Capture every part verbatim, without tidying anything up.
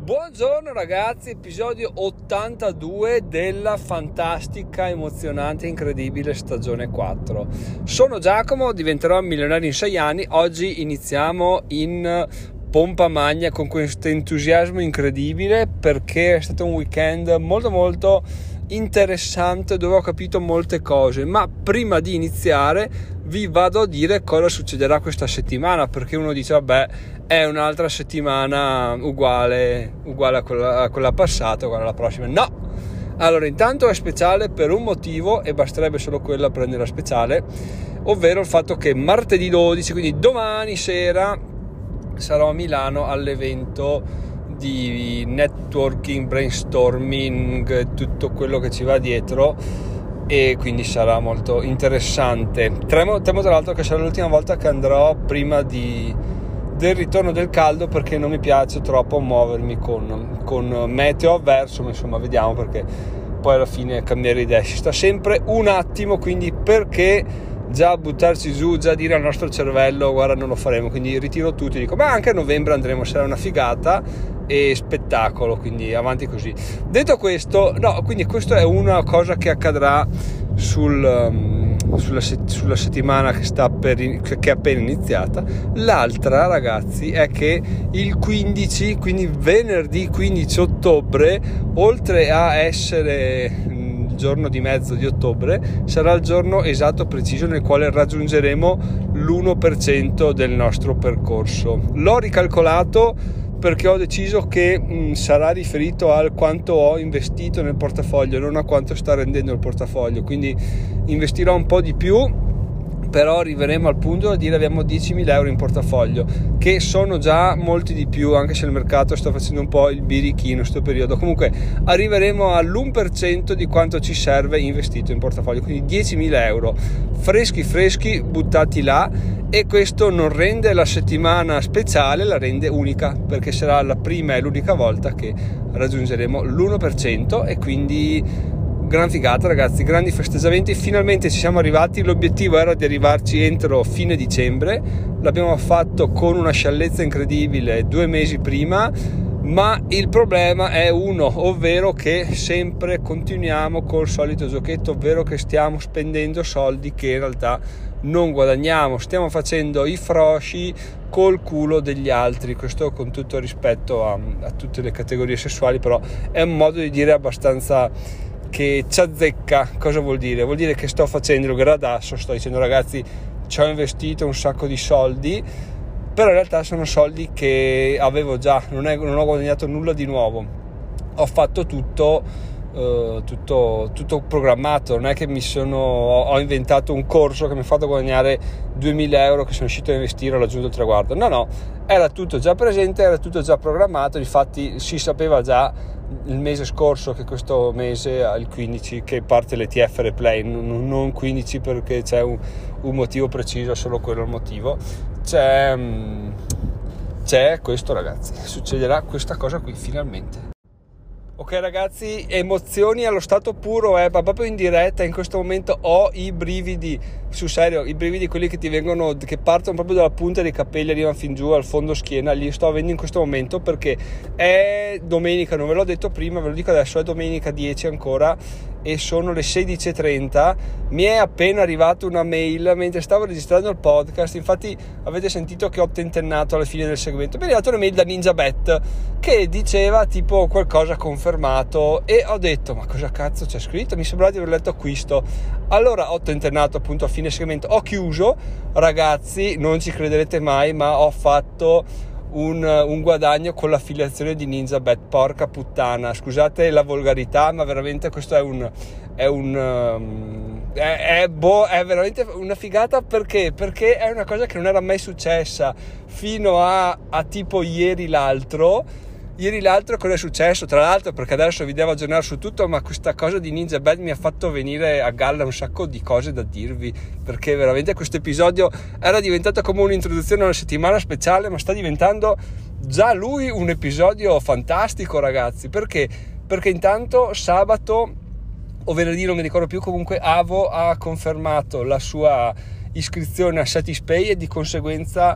Buongiorno ragazzi, episodio ottantadue della fantastica, emozionante, incredibile stagione quattro. Sono Giacomo, diventerò milionario in sei anni. Oggi iniziamo in pompa magna con questo entusiasmo incredibile perché è stato un weekend molto molto interessante dove ho capito molte cose, ma prima di iniziare vi vado a dire cosa succederà questa settimana, perché uno dice vabbè è un'altra settimana uguale uguale a quella, a quella passata, uguale alla prossima. No, allora intanto è speciale per un motivo e basterebbe solo quello per renderla speciale, ovvero il fatto che martedì dodici, quindi domani sera, sarò a Milano all'evento di networking, brainstorming, tutto quello che ci va dietro, e quindi sarà molto interessante. Temo, temo tra l'altro che sarà l'ultima volta che andrò prima di, del ritorno del caldo, perché non mi piace troppo muovermi con, con meteo avverso, ma insomma vediamo, perché poi alla fine cambiare idea si sta sempre un attimo, quindi perché già buttarci giù, già dire al nostro cervello guarda non lo faremo, quindi ritiro tutto e dico ma anche a novembre andremo, sarà una figata e spettacolo, quindi avanti così. Detto questo, no, quindi questa è una cosa che accadrà sul, um, sulla, sulla settimana che sta per che è appena iniziata. L'altra, ragazzi, è che il quindici, quindi venerdì quindici ottobre, oltre a essere giorno di mezzo di ottobre, sarà il giorno esatto preciso nel quale raggiungeremo l'uno per cento del nostro percorso. L'ho ricalcolato perché ho deciso che mh, sarà riferito al quanto ho investito nel portafoglio, non a quanto sta rendendo il portafoglio, quindi investirò un po' di più, però arriveremo al punto da dire abbiamo diecimila euro in portafoglio, che sono già molti di più, anche se il mercato sta facendo un po' il birichino in questo periodo. Comunque arriveremo all'uno per cento di quanto ci serve investito in portafoglio, quindi diecimila euro freschi freschi buttati là, e questo non rende la settimana speciale, la rende unica, perché sarà la prima e l'unica volta che raggiungeremo l'uno per cento, e quindi gran figata ragazzi, grandi festeggiamenti, finalmente ci siamo arrivati. L'obiettivo era di arrivarci entro fine dicembre, l'abbiamo fatto con una sciallezza incredibile due mesi prima, ma il problema è uno, ovvero che sempre continuiamo col solito giochetto, ovvero che stiamo spendendo soldi che in realtà non guadagniamo, stiamo facendo i frosci col culo degli altri. Questo con tutto il rispetto a, a tutte le categorie sessuali, però è un modo di dire abbastanza che ci azzecca. Cosa vuol dire? Vuol dire che sto facendo il gradasso, sto dicendo ragazzi ci ho investito un sacco di soldi, però in realtà sono soldi che avevo già, non, è, non ho guadagnato nulla di nuovo, ho fatto tutto, uh, tutto, tutto programmato, non è che mi sono, ho inventato un corso che mi ha fatto guadagnare duemila euro che sono riuscito a investire e ho raggiunto il traguardo. No, no, era tutto già presente, era tutto già programmato, infatti si sapeva già il mese scorso che questo mese il quindici che parte l'E T F replay, non, non quindici perché c'è un, un motivo preciso, solo quello il motivo, c'è, c'è questo ragazzi, succederà questa cosa qui finalmente. Ok ragazzi, emozioni allo stato puro, eh, ma proprio in diretta in questo momento ho i brividi, sul serio, i brividi quelli che ti vengono, che partono proprio dalla punta dei capelli, arrivano fin giù al fondo schiena, li sto avendo in questo momento perché è domenica, non ve l'ho detto prima, ve lo dico adesso, è domenica dieci ancora e sono le sedici e trenta, mi è appena arrivata una mail mentre stavo registrando il podcast, infatti avete sentito che ho tentennato alla fine del segmento, mi è arrivata una mail da NinjaBet che diceva tipo qualcosa confermato e ho detto ma cosa cazzo c'è scritto, mi sembrava di aver letto acquisto, allora ho tentennato appunto a fine segmento, ho chiuso ragazzi, non ci crederete mai ma ho fatto Un, un guadagno con l'affiliazione di NinjaBet, porca puttana, scusate la volgarità ma veramente questo è un è un um, è, è, boh, è veramente una figata, perché perché è una cosa che non era mai successa fino a, a tipo ieri l'altro Ieri l'altro cosa è successo? Tra l'altro, perché adesso vi devo aggiornare su tutto, ma questa cosa di NinjaBet mi ha fatto venire a galla un sacco di cose da dirvi, perché veramente questo episodio era diventato come un'introduzione a una settimana speciale, ma sta diventando già lui un episodio fantastico ragazzi, perché? Perché intanto sabato o venerdì, non mi ricordo più, comunque Avo ha confermato la sua iscrizione a Satispay e di conseguenza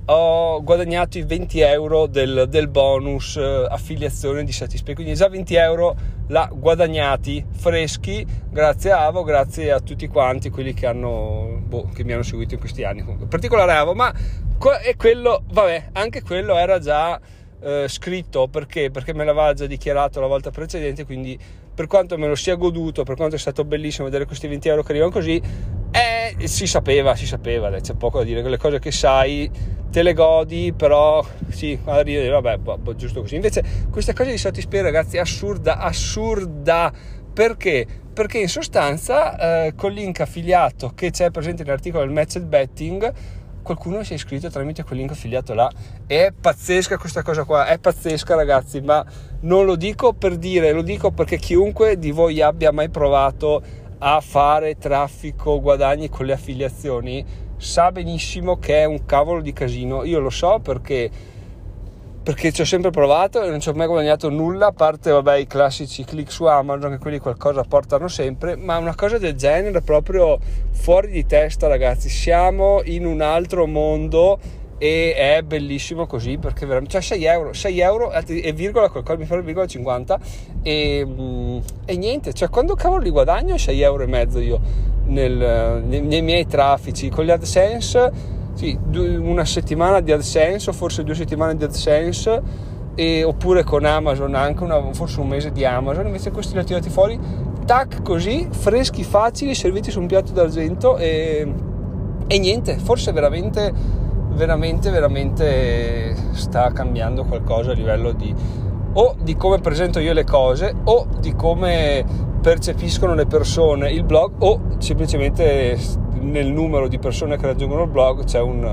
ho guadagnato i venti euro del, del bonus eh, affiliazione di Satispay, quindi già venti euro l'ha guadagnati freschi grazie a Avo, grazie a tutti quanti quelli che hanno boh, che mi hanno seguito in questi anni, comunque in particolare Avo, ma e quello, vabbè, anche quello era già eh, scritto, perché? Perché me l'aveva già dichiarato la volta precedente, quindi per quanto me lo sia goduto, per quanto è stato bellissimo vedere questi venti euro che arrivano così, eh, si sapeva, si sapeva, dai, c'è poco da dire, quelle cose che sai te le godi, però sì, arriva, vabbè, boh, giusto così. Invece questa cosa di Satispay, ragazzi, è assurda, assurda, perché? Perché in sostanza eh, con il link affiliato che c'è presente nell'articolo del Matched Betting, qualcuno si è iscritto tramite quel link affiliato là. È pazzesca questa cosa qua, è pazzesca, ragazzi, ma non lo dico per dire, lo dico perché chiunque di voi abbia mai provato a fare traffico guadagni con le affiliazioni sa benissimo che è un cavolo di casino. Io lo so perché perché ci ho sempre provato e non ci ho mai guadagnato nulla, a parte vabbè i classici click su Amazon, che quelli qualcosa portano sempre, ma una cosa del genere è proprio fuori di testa, ragazzi. Siamo in un altro mondo e è bellissimo così, perché veramente, cioè sei euro, sei euro e virgola qualcosa, mi fa il virgola cinquanta e, e niente, cioè quando cavolo li guadagno sei euro e mezzo io nel, nei, nei miei traffici con gli AdSense, sì, una settimana di AdSense o forse due settimane di AdSense, e, oppure con Amazon anche una, forse un mese di Amazon. Invece questi li ho tirati fuori tac così, freschi, facili, serviti su un piatto d'argento e, e niente, forse veramente veramente veramente sta cambiando qualcosa a livello di o di come presento io le cose, o di come percepiscono le persone il blog, o semplicemente nel numero di persone che raggiungono il blog c'è un,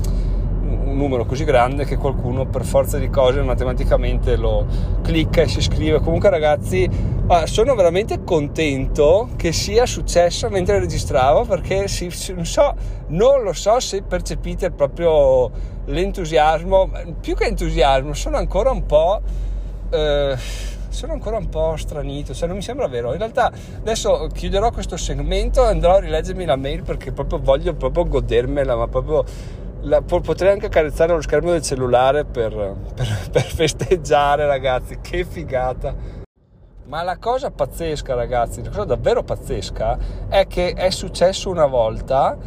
un numero così grande che qualcuno per forza di cose matematicamente lo clicca e si iscrive. Comunque, ragazzi, ah, sono veramente contento che sia successo mentre registravo, perché si, si, non so non lo so se percepite proprio l'entusiasmo. Più che entusiasmo, sono ancora un po' eh, sono ancora un po' stranito, cioè non mi sembra vero. In realtà adesso chiuderò questo segmento e andrò a rileggermi la mail, perché proprio voglio proprio godermela, ma proprio la, potrei anche accarezzare lo schermo del cellulare per, per, per festeggiare, ragazzi, che figata. Ma la cosa pazzesca, ragazzi, la cosa davvero pazzesca è che è successo una volta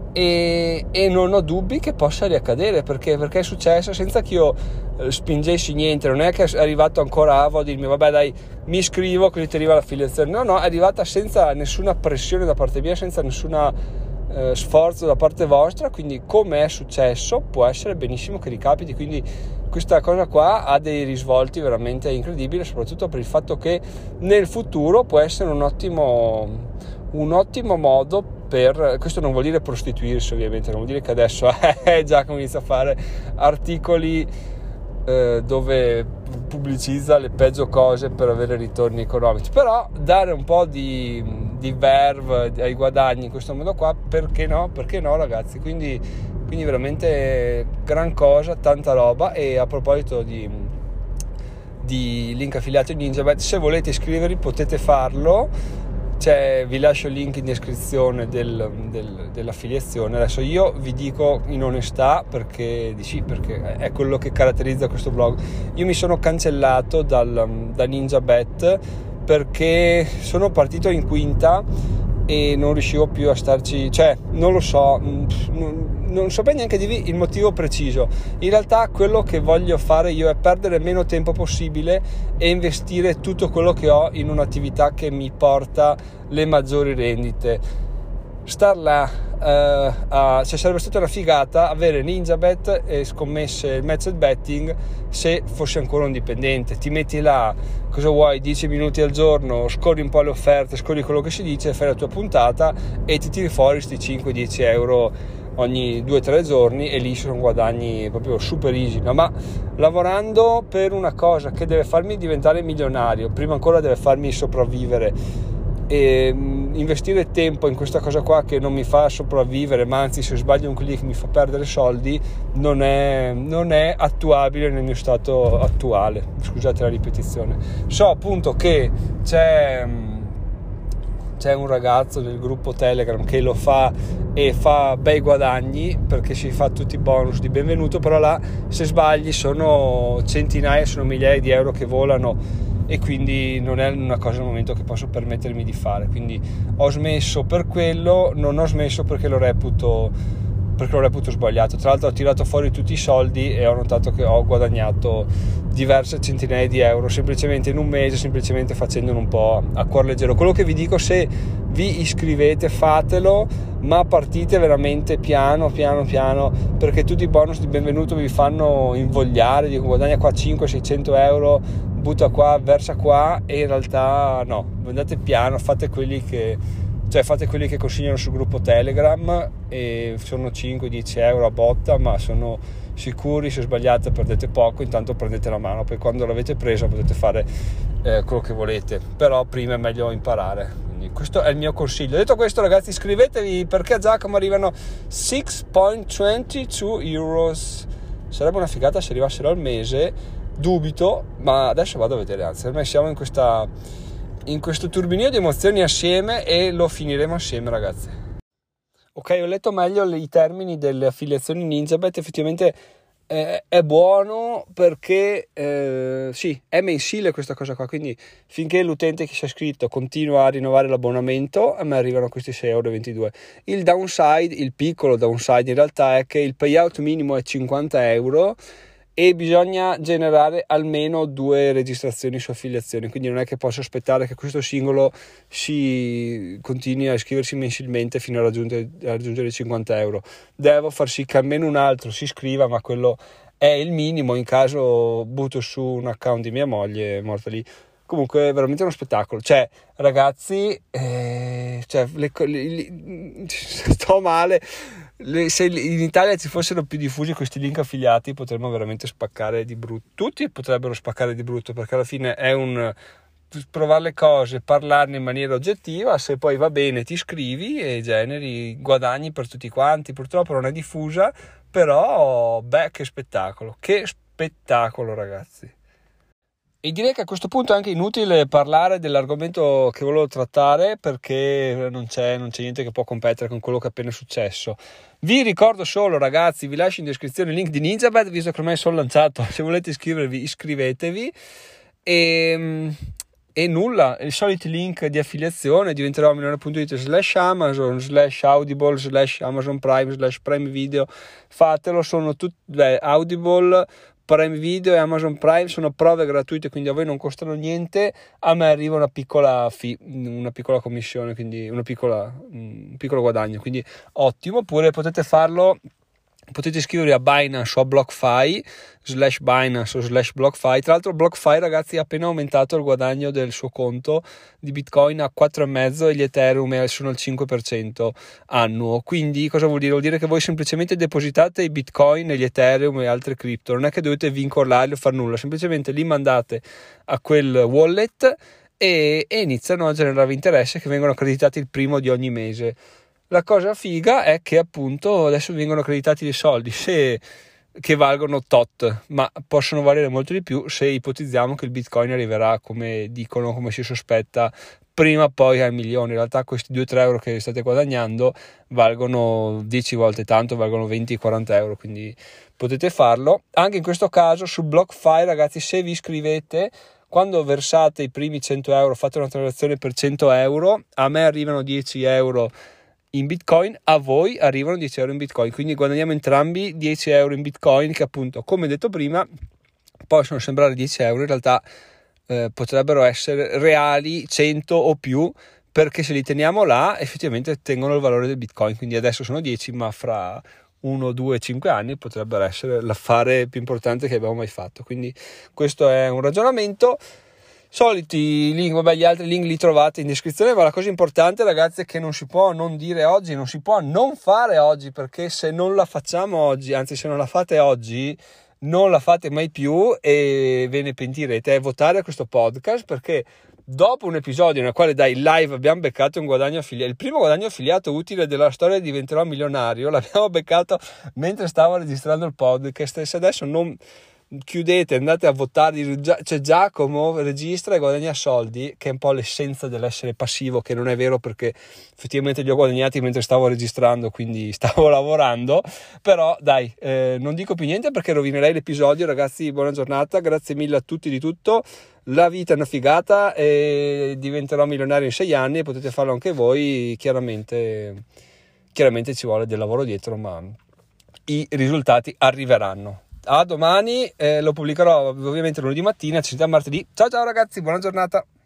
e, e non ho dubbi che possa riaccadere, perché, perché è successo senza che io spingessi niente. Non è che è arrivato ancora Avo a dirmi vabbè dai mi iscrivo così ti arriva l'affiliazione, no no, è arrivata senza nessuna pressione da parte mia, senza nessuna eh, sforzo da parte vostra, quindi come è successo può essere benissimo che ricapiti. Quindi questa cosa qua ha dei risvolti veramente incredibili, soprattutto per il fatto che nel futuro può essere un ottimo un ottimo modo per, questo non vuol dire prostituirsi ovviamente, non vuol dire che adesso eh, Giacomo inizia a fare articoli eh, dove pubblicizza le peggio cose per avere ritorni economici, però dare un po' di, di verve ai guadagni in questo modo qua, perché no, perché no, ragazzi. Quindi, quindi veramente gran cosa, tanta roba. E a proposito di, di link affiliato in NinjaBet, se volete iscrivervi potete farlo. Cioè, vi lascio il link in descrizione del, del, dell'affiliazione. Adesso io vi dico in onestà, perché di sì, perché è quello che caratterizza questo blog. Io mi sono cancellato dal, da NinjaBet perché sono partito in quinta e non riuscivo più a starci, cioè non lo so, non, non so neanche dirvi il motivo preciso. In realtà quello che voglio fare io è perdere meno tempo possibile e investire tutto quello che ho in un'attività che mi porta le maggiori rendite. Star là, uh, uh, cioè sarebbe stata una figata avere NinjaBet e scommesse, il Matched Betting, se fossi ancora un dipendente. Ti metti là, cosa vuoi, dieci minuti al giorno, scorri un po' le offerte, scorri quello che si dice, fai la tua puntata e ti tiri fuori sti cinque dieci euro ogni due tre giorni, e lì sono guadagni proprio super easy, no? Ma lavorando per una cosa che deve farmi diventare milionario, prima ancora deve farmi sopravvivere, e investire tempo in questa cosa qua che non mi fa sopravvivere, ma anzi se sbaglio un click mi fa perdere soldi, non è, non è attuabile nel mio stato attuale. Scusate la ripetizione. So appunto che c'è c'è un ragazzo del gruppo Telegram che lo fa e fa bei guadagni perché si fa tutti i bonus di benvenuto, però là se sbagli sono centinaia, sono migliaia di euro che volano e quindi non è una cosa al momento che posso permettermi di fare, quindi ho smesso per quello, non ho smesso perché lo reputo perché lo reputo sbagliato. Tra l'altro ho tirato fuori tutti i soldi e ho notato che ho guadagnato diverse centinaia di euro semplicemente in un mese, semplicemente facendolo un po' a cuor leggero. Quello che vi dico, se vi iscrivete fatelo, ma partite veramente piano piano piano, perché tutti i bonus di benvenuto vi fanno invogliare, dico guadagna qua cinquecento seicento euro, butta qua, versa qua, e in realtà no, andate piano, fate quelli che cioè fate quelli che consigliano sul gruppo Telegram e sono cinque dieci euro a botta, ma sono sicuri, se sbagliate perdete poco, intanto prendete la mano, poi quando l'avete presa potete fare eh, quello che volete, però prima è meglio imparare. Quindi questo è il mio consiglio. Detto questo, ragazzi, iscrivetevi perché a Giacomo arrivano sei virgola ventidue euros, sarebbe una figata se arrivassero al mese, dubito, ma adesso vado a vedere, anzi ormai siamo in questa in questo turbinio di emozioni assieme e lo finiremo assieme, ragazzi. Ok, ho letto meglio i termini delle affiliazioni Ninjabet, effettivamente eh, è buono perché eh, sì, è mensile questa cosa qua, quindi finché l'utente che si è iscritto continua a rinnovare l'abbonamento, a me arrivano questi sei virgola ventidue euro. Il downside, il piccolo downside in realtà, è che il payout minimo è cinquanta euro e bisogna generare almeno due registrazioni su affiliazioni, quindi non è che posso aspettare che questo singolo si continui a iscriversi mensilmente fino a raggiungere, a raggiungere i cinquanta euro. Devo far sì che almeno un altro si iscriva, ma quello è il minimo, in caso butto su un account di mia moglie, è morta lì. Comunque è veramente uno spettacolo, cioè ragazzi, eh, cioè, le, le, le, sto male. Le, se in Italia ci fossero più diffusi questi link affiliati potremmo veramente spaccare di brutto, tutti potrebbero spaccare di brutto, perché alla fine è un provare le cose, parlarne in maniera oggettiva, se poi va bene ti iscrivi e generi guadagni per tutti quanti. Purtroppo non è diffusa, però beh, che spettacolo, che spettacolo, ragazzi. E direi che a questo punto è anche inutile parlare dell'argomento che volevo trattare, perché non c'è, non c'è niente che può competere con quello che è appena successo. Vi ricordo solo, ragazzi, vi lascio in descrizione il link di Ninjabet, visto che ormai sono lanciato, se volete iscrivervi iscrivetevi e, e nulla, i soliti link di affiliazione, diventerò milione punto it slash Amazon slash Audible slash Amazon Prime slash Prime Video, fatelo, sono tutti Audible, Prime Video e Amazon Prime sono prove gratuite, quindi a voi non costano niente, a me arriva una piccola fee, una piccola commissione, quindi una piccola, un piccolo guadagno, quindi ottimo. Oppure potete farlo, potete iscrivervi a Binance o a BlockFi slash Binance o slash BlockFi. Tra l'altro BlockFi, ragazzi, ha appena aumentato il guadagno del suo conto di Bitcoin a quattro virgola cinque e gli Ethereum sono al cinque per cento annuo. Quindi cosa vuol dire? Vuol dire che voi semplicemente depositate i Bitcoin e gli Ethereum e altre cripto, non è che dovete vincolarli o far nulla, semplicemente li mandate a quel wallet e, e iniziano a generare interesse, che vengono accreditati il primo di ogni mese. La cosa figa è che appunto adesso vengono accreditati dei soldi se, che valgono tot, ma possono valere molto di più se ipotizziamo che il Bitcoin arriverà, come dicono, come si sospetta, prima o poi al milione. In realtà questi due tre euro che state guadagnando valgono dieci volte tanto, valgono venti quaranta euro, quindi potete farlo. Anche in questo caso su BlockFi, ragazzi, se vi iscrivete, quando versate i primi cento euro, fate una transazione per cento euro, a me arrivano dieci euro in Bitcoin, a voi arrivano dieci euro in Bitcoin, quindi guadagniamo entrambi dieci euro in Bitcoin, che appunto, come detto prima, possono sembrare dieci euro, in realtà eh, potrebbero essere reali cento o più, perché se li teniamo là effettivamente tengono il valore del Bitcoin, quindi adesso sono dieci, ma fra uno, due, cinque anni potrebbero essere l'affare più importante che abbiamo mai fatto. Quindi questo è un ragionamento. Soliti link, vabbè, gli altri link li trovate in descrizione, ma la cosa importante, ragazzi, è che non si può non dire oggi, non si può non fare oggi, perché se non la facciamo oggi, anzi se non la fate oggi, non la fate mai più e ve ne pentirete, è votare a questo podcast, perché dopo un episodio nel quale dai live abbiamo beccato un guadagno affiliato, il primo guadagno affiliato utile della storia, diventerò milionario, l'abbiamo beccato mentre stavo registrando il podcast, e se adesso non chiudete, andate a votare, cioè Giacomo registra e guadagna soldi, che è un po' l'essenza dell'essere passivo, che non è vero perché effettivamente li ho guadagnati mentre stavo registrando, quindi stavo lavorando, però dai, eh, non dico più niente perché rovinerei l'episodio. Ragazzi, buona giornata, grazie mille a tutti di tutto, la vita è una figata e diventerò milionario in sei anni e potete farlo anche voi, chiaramente, chiaramente ci vuole del lavoro dietro, ma i risultati arriveranno. A domani, eh, lo pubblicherò ovviamente lunedì mattina, ci sentiamo martedì. Ciao ciao ragazzi, buona giornata.